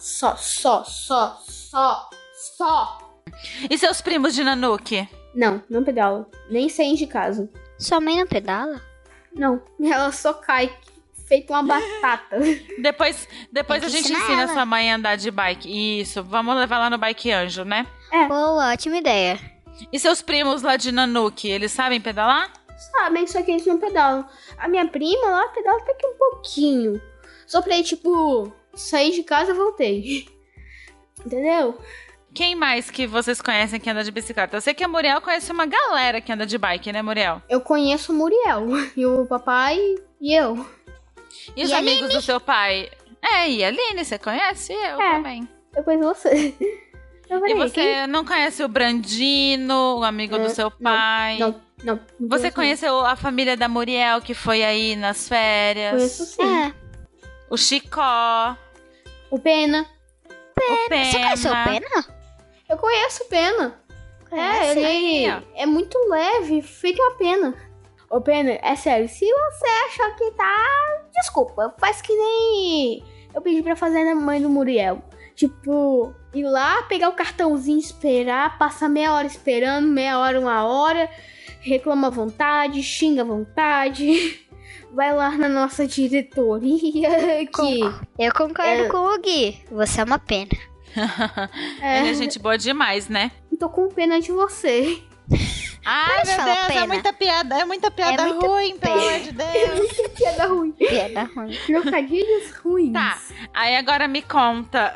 E seus primos de Nanuque? Não pedala, nem saem de casa. Sua mãe não pedala? Não, ela só cai, feito uma batata. Depois Tem a que gente ensinar ensina ela. sua mãe a andar de bike. Isso, vamos levar lá no Bike Anjo, né? Boa, ótima ideia. E seus primos lá de Nanuque, eles sabem pedalar? Sabem, só que eles não pedalam. A minha prima lá pedala até que um pouquinho. Só pra ir, tipo, sair de casa e voltei. Entendeu? Quem mais que vocês conhecem que anda de bicicleta? Eu sei que a Muriel conhece uma galera que anda de bike, né, Muriel? Eu conheço o Muriel, e o papai e eu. E os E a amigos do seu pai? E a Aline, você conhece? Eu também. Eu conheço você. Eu E falei, você não conhece o Brandino, o amigo do seu pai? Não. Você conheceu a família da Muriel, que foi aí nas férias? Conheço sim. O Chicó, O Pena. o Pena. Você conheceu o Pena? Eu conheço o Pena. Conhece? Ele Aí, ó. é muito leve, feito uma pena. Ô, Pena, é sério, se você achar que tá... Desculpa, faz que nem eu pedi pra fazer na mãe do Muriel. Tipo, ir lá, pegar o cartãozinho, esperar, passar meia hora esperando, meia hora, uma hora, reclama à vontade, xinga à vontade, vai lá na nossa diretoria que... Eu concordo com o Gui. Você é uma pena. Ele é gente boa demais, né? Tô com pena de você. Ai, Pode meu falar Deus, pena. é muita piada muito ruim, pelo pena. amor de Deus. Piada ruim. Piada ruim. Trocadilhos ruins. Tá, aí agora me conta,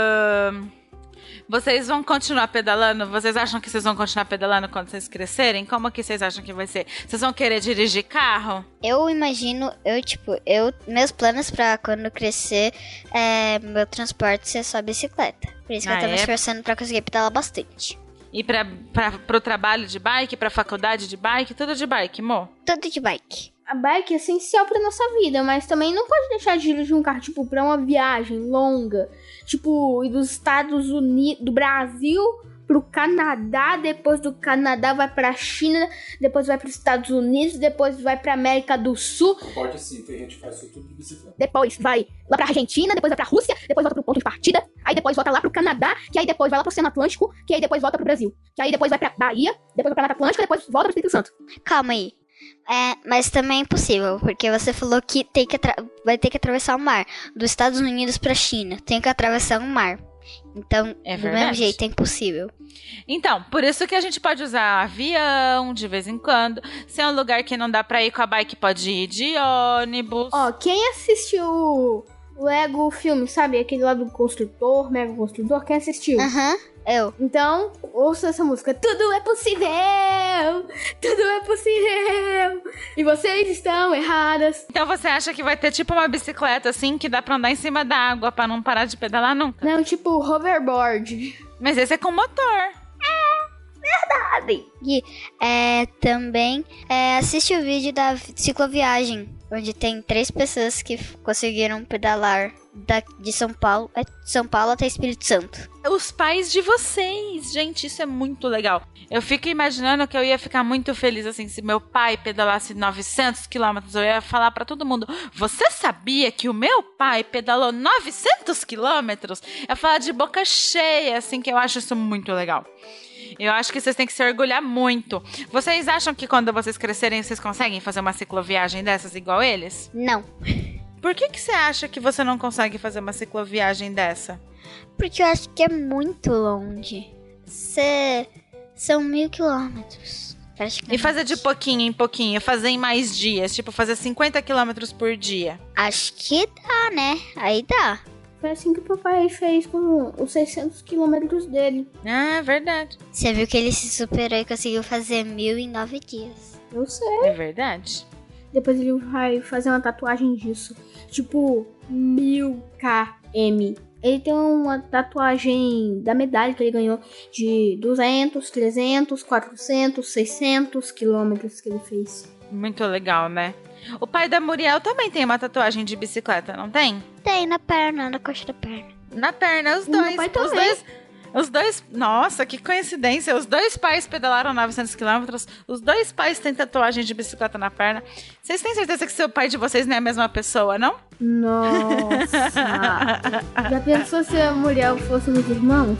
vocês vão continuar pedalando? Vocês acham que vocês vão continuar pedalando quando vocês crescerem? Como que vocês acham que vai ser? Vocês vão querer dirigir carro? Eu imagino, meus planos pra quando eu crescer meu transporte ser só bicicleta. Por isso que eu tô me esforçando pra conseguir pedalar bastante. E pro trabalho de bike, pra faculdade de bike, tudo de bike, amor? Tudo de bike. A bike é essencial pra nossa vida, mas também não pode deixar de dirigir um carro, tipo, pra uma viagem longa. Tipo, ir dos Estados Unidos, do Brasil pro Canadá, depois do Canadá vai pra China, depois vai pros Estados Unidos, depois vai pra América do Sul, Pode sim, tem gente que faz isso tudo de bicicleta. depois vai lá pra Argentina, depois vai pra Rússia, depois volta pro ponto de partida, aí depois volta lá pro Canadá, que aí depois vai lá pro Oceano Atlântico, que aí depois volta pro Brasil, que aí depois vai pra Bahia, depois vai pra Mata Atlântica, depois volta pro Espírito Santo. Calma aí. Mas também é impossível, porque você falou que vai ter que atravessar o mar. Dos Estados Unidos pra China, tem que atravessar o mar. Então, É do verdade. mesmo jeito, é impossível. Então, por isso que a gente pode usar avião de vez em quando. Se é um lugar que não dá pra ir com a bike, pode ir de ônibus. Ó, quem assistiu o Lego filme, sabe? Aquele lá do construtor, Mega Construtor, quem assistiu? Aham, eu. Então, ouça essa música. Tudo é possível! Tudo é possível! E vocês estão erradas. Então você acha que vai ter tipo uma bicicleta assim, que dá pra andar em cima da água pra não parar de pedalar nunca? Não, tipo hoverboard. Mas esse é com motor. Gui, também assiste o vídeo da cicloviagem, onde tem 3 pessoas que conseguiram pedalar de São Paulo até Espírito Santo. Os pais de vocês, gente, isso é muito legal. Eu fico imaginando que eu ia ficar muito feliz assim, se meu pai pedalasse 900 quilômetros, eu ia falar pra todo mundo, você sabia que o meu pai pedalou 900 quilômetros? Eu ia falar de boca cheia, assim, que eu acho isso muito legal. Eu acho que vocês têm que se orgulhar muito. Vocês acham que quando vocês crescerem, vocês conseguem fazer uma cicloviagem dessas igual eles? Não, Por que você acha que você não consegue fazer uma cicloviagem dessa? porque eu acho que é muito longe. São 1000 quilômetros, praticamente. E fazer de pouquinho em pouquinho, fazer em mais dias, tipo fazer 50 quilômetros por dia. Acho que dá, né? Aí dá. Foi assim que o papai fez com os 600 quilômetros dele. Ah, é verdade. Você viu que ele se superou e conseguiu fazer 1000 em 9 dias. Eu sei. É verdade. Depois ele vai fazer uma tatuagem disso. Tipo, 1000 km. Ele tem uma tatuagem da medalha que ele ganhou de 200, 300, 400, 600 quilômetros que ele fez. Muito legal, né? O pai da Muriel também tem uma tatuagem de bicicleta, não tem? Tem na perna, na coxa da perna. Na perna, os Meu dois. pai também. Os dois. Nossa, que coincidência. Os dois pais pedalaram 900 quilômetros. Os dois pais têm tatuagem de bicicleta na perna. Vocês têm certeza que seu pai de vocês não é a mesma pessoa, não? Nossa! Já pensou se a Muriel fosse os irmãos?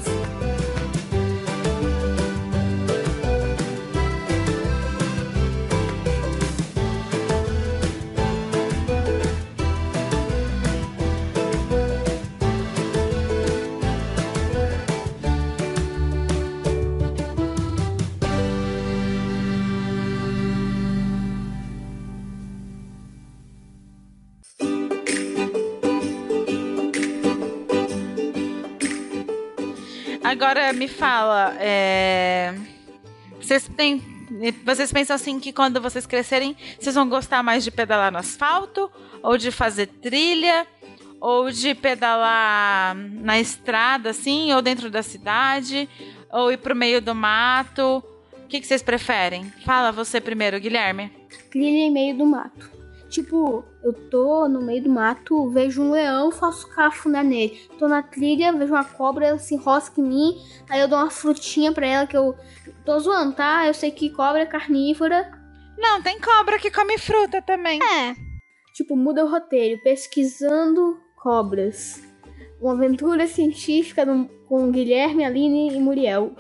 Agora me fala, vocês pensam assim que quando vocês crescerem, vocês vão gostar mais de pedalar no asfalto, ou de fazer trilha, ou de pedalar na estrada, assim, ou dentro da cidade, ou ir pro meio do mato? O que vocês preferem? Fala você primeiro, Guilherme. Trilha em meio do mato. Tipo, eu tô no meio do mato, vejo um leão, faço cafuné nele. Tô na trilha, vejo uma cobra, ela se enrosca em mim, aí eu dou uma frutinha pra ela que eu tô zoando, tá? Eu sei que cobra é carnívora. Não, tem cobra que come fruta também. É. Tipo, muda o roteiro, pesquisando cobras. Uma aventura científica com Guilherme, Aline e Muriel.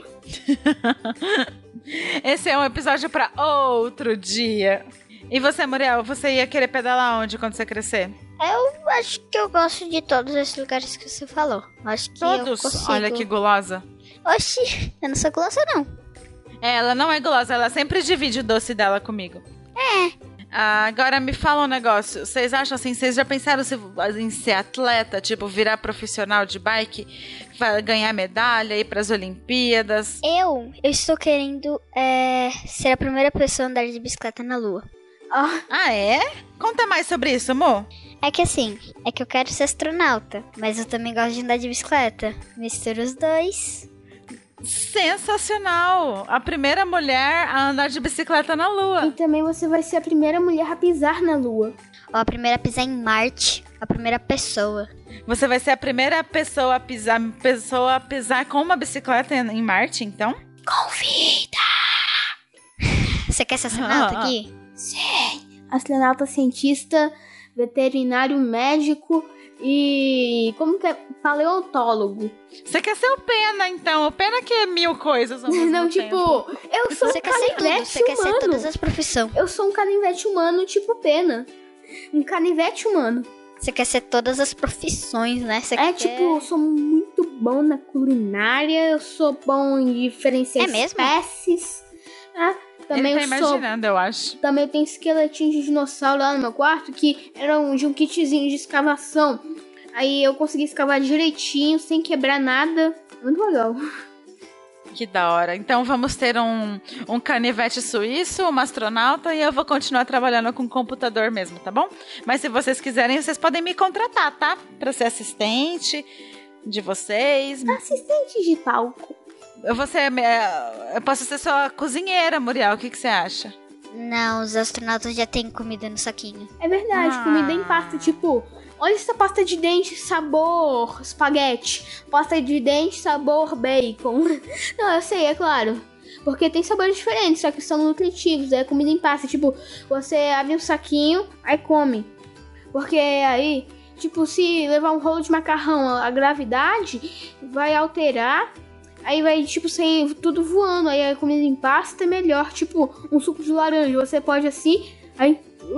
Esse é um episódio pra outro dia. E você, Muriel, você ia querer pedalar onde quando você crescer? Eu acho que eu gosto de todos esses lugares que você falou. Acho que eu Todos? consigo. Olha que gulosa. Oxi, eu não sou gulosa, não. Ela não é gulosa, ela sempre divide o doce dela comigo. É. Agora me fala um negócio. Vocês acham assim, vocês já pensaram em ser atleta, tipo, virar profissional de bike, ganhar medalha, ir pras Olimpíadas? Eu estou querendo ser a primeira pessoa a andar de bicicleta na Lua. Ah, é? Conta mais sobre isso, amor. É que assim, é que eu quero ser astronauta, mas eu também gosto de andar de bicicleta. Misturo os dois. Sensacional! A primeira mulher a andar de bicicleta na Lua. E também você vai ser a primeira mulher a pisar na Lua. Ou a primeira a pisar em Marte. A primeira pessoa. Você vai ser a primeira pessoa a pisar com uma bicicleta em Marte, então? Convida! Você quer ser astronauta aqui? Sim. Astronauta, cientista, veterinário, médico e... como que é? Paleontólogo. Você quer ser o Pena, então. O Pena que é 1000 coisas ao mesmo Não, tempo. tipo, eu sou Você um quer ser tudo. canivete Você quer ser humano. todas as profissões. Eu sou um canivete humano tipo Pena. Um canivete humano. Você quer ser todas as profissões, né? Você quer... Tipo, eu sou muito bom na culinária, eu sou bom em diferenciar É mesmo? espécies. Também Ele tá eu sou... imaginando, eu acho. Também tem esqueletinhos de dinossauro lá no meu quarto que eram de um kitzinho de escavação. Aí eu consegui escavar direitinho, sem quebrar nada. Muito legal. Que da hora. Então vamos ter um canivete suíço, uma astronauta, e eu vou continuar trabalhando com computador mesmo, tá bom? Mas se vocês quiserem, vocês podem me contratar, tá? Pra ser assistente de vocês. Assistente de palco. Eu posso ser sua cozinheira, Muriel. O que você acha? Não, os astronautas já têm comida no saquinho. É verdade, comida em pasta, tipo... Olha essa pasta de dente sabor espaguete. Pasta de dente sabor bacon. Não, eu sei, é claro. Porque tem sabores diferentes, só que são nutritivos. É comida em pasta. Tipo, você abre um saquinho, aí come. Porque aí, tipo, se levar um rolo de macarrão, a gravidade vai alterar. Aí vai, tipo, sair tudo voando. Aí a comida em pasta é melhor. Tipo, um suco de laranja. Você pode assim, aí...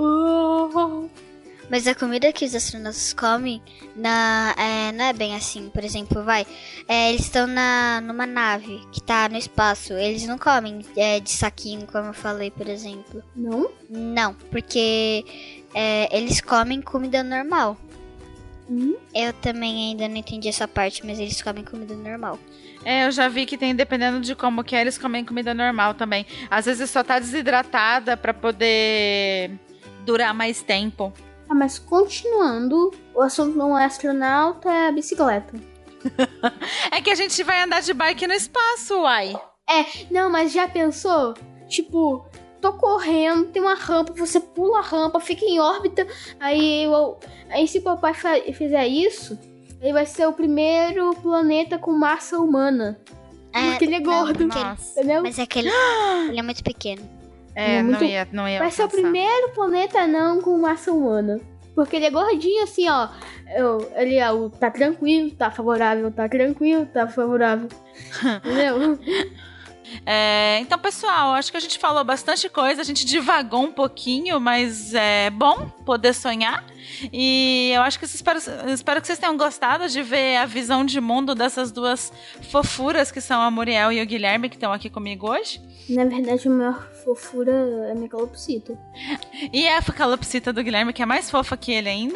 Mas a comida que os astronautas comem não é bem assim. Por exemplo, eles estão numa nave que tá no espaço. Eles não comem de saquinho, como eu falei, por exemplo. Não? Não, porque eles comem comida normal. Eu também ainda não entendi essa parte, mas eles comem comida normal. Eu já vi que tem, dependendo de como que é, eles comem comida normal também. Às vezes só tá desidratada pra poder durar mais tempo. Mas continuando, o assunto não é astronauta, é a bicicleta. É que a gente vai andar de bike no espaço, uai. Não, mas já pensou? Tipo, tô correndo, tem uma rampa, você pula a rampa, fica em órbita, aí se o papai fizer isso, ele vai ser o primeiro planeta com massa humana. Porque ele é gordo, entendeu? Mas é que ele é muito pequeno. Não ia vai ser o primeiro planeta não com massa humana. Porque ele é gordinho assim, ó. Ele tá tranquilo, tá favorável, tá tranquilo, tá favorável. Entendeu? Então, pessoal, acho que a gente falou bastante coisa, a gente divagou um pouquinho, mas é bom poder sonhar. E eu acho que espero que vocês tenham gostado de ver a visão de mundo dessas duas fofuras que são a Muriel e o Guilherme, que estão aqui comigo hoje. Na verdade, a maior fofura é a minha calopsita. E a calopsita do Guilherme, que é mais fofa que ele ainda.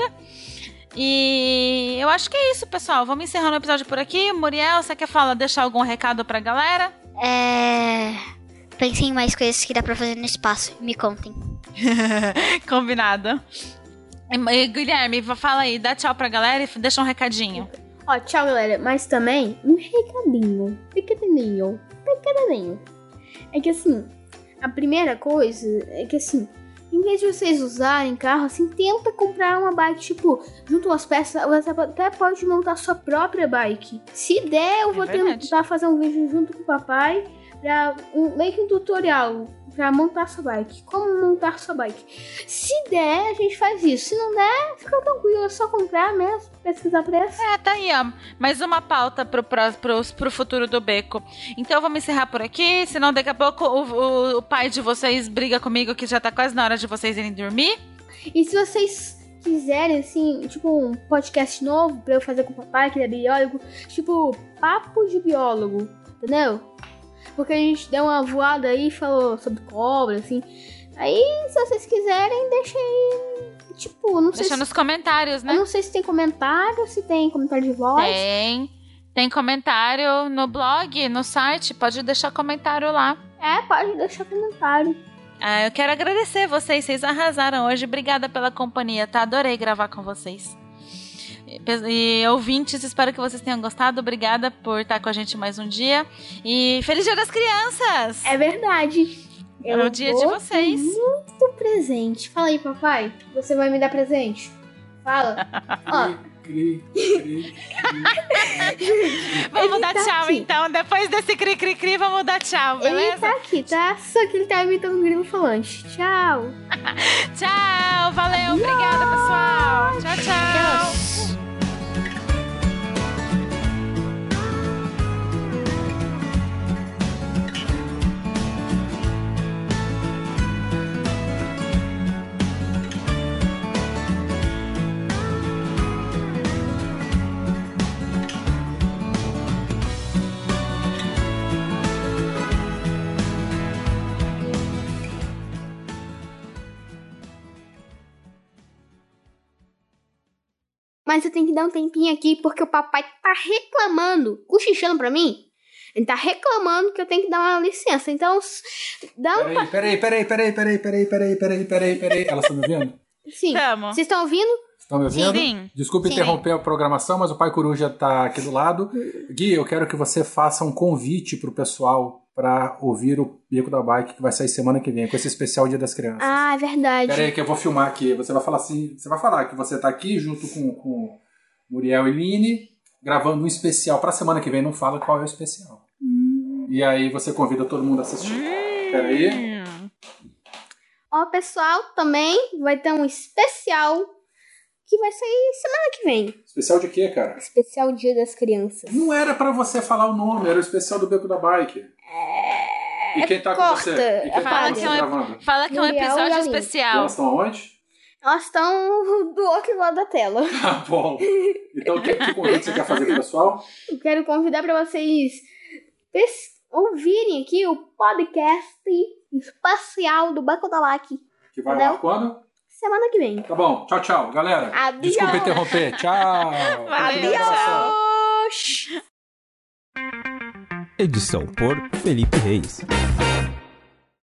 E eu acho que é isso, pessoal. Vamos encerrando o episódio por aqui. Muriel, você quer deixar algum recado pra galera? Pensem em mais coisas que dá pra fazer no espaço. Me contem. Combinado. E, Guilherme, fala aí, dá tchau pra galera e deixa um recadinho. Tchau, galera. Mas também, um recadinho. Pequenininho. É que assim, a primeira coisa é que assim, em vez de vocês usarem carro, assim, tenta comprar uma bike, tipo, junto às peças, você até pode montar sua própria bike. Se der, eu vou tentar fazer um vídeo junto com o papai, meio que um tutorial pra montar sua bike. Como montar sua bike. Se der, a gente faz isso. Se não der, fica tranquilo, é só comprar mesmo, pesquisar preço. Tá aí, ó. Mais uma pauta pro futuro do Beco. Então vamos encerrar por aqui, senão daqui a pouco o pai de vocês briga comigo que já tá quase na hora de vocês irem dormir. E se vocês quiserem, assim, tipo, um podcast novo pra eu fazer com o papai, que ele é biólogo, tipo, papo de biólogo, entendeu? Porque a gente deu uma voada aí e falou sobre cobra, assim. Aí, se vocês quiserem, deixa aí. Tipo, não sei. Deixa nos comentários, né? Eu não sei se tem comentário, se tem comentário de voz. Tem comentário no blog, no site. Pode deixar comentário lá. Pode deixar comentário. Eu quero agradecer vocês arrasaram hoje. Obrigada pela companhia, tá? Adorei gravar com vocês. E ouvintes, espero que vocês tenham gostado. Obrigada por estar com a gente mais um dia. E Feliz Dia das Crianças! É verdade. É o dia de vocês. Muito presente. Fala aí, papai. Você vai me dar presente? Fala. Vamos dar tchau, aqui. então. Depois desse cri-cri-cri, vamos dar tchau, beleza? Ele tá aqui, tá? Só que ele tá imitando um grilo falante. Tchau. Tchau, valeu, obrigada, pessoal. Tchau, tchau. Mas eu tenho que dar um tempinho aqui porque o papai tá reclamando, cochichando pra mim. Ele tá reclamando que eu tenho que dar uma licença. Então, dá um... Peraí. Elas estão me ouvindo? Sim. Tamo. Vocês estão ouvindo? Estão me ouvindo? Sim. Desculpa interromper a programação, mas o Pai Coruja tá aqui do lado. Gui, eu quero que você faça um convite pro pessoal pra ouvir o Beco da Bike, que vai sair semana que vem, com esse especial Dia das Crianças. Ah, é verdade. Peraí que eu vou filmar aqui. Você vai falar assim, você vai falar que você tá aqui junto com Muriel e Line, gravando um especial pra semana que vem. Não fala qual é o especial. E aí você convida todo mundo a assistir. Peraí. Ó, pessoal, também vai ter um especial que vai sair semana que vem. Especial de quê, cara? Especial Dia das Crianças. Não era pra você falar o nome, era o especial do Beco da Bike. E quem tá com você? E quem tá com você gravando? Fala que é um Muriel episódio e Aline. especial. Elas estão aonde? Elas estão do outro lado da tela. Tá bom. Então, que convite você quer fazer pro pessoal? Eu quero convidar pra vocês ouvirem aqui o podcast especial do Beco da Bike. Que vai Entendeu? lá quando? semana que vem. Tá bom, tchau, galera. Adiós. Desculpa interromper, tchau. Adiós. Edição por Felipe Reis.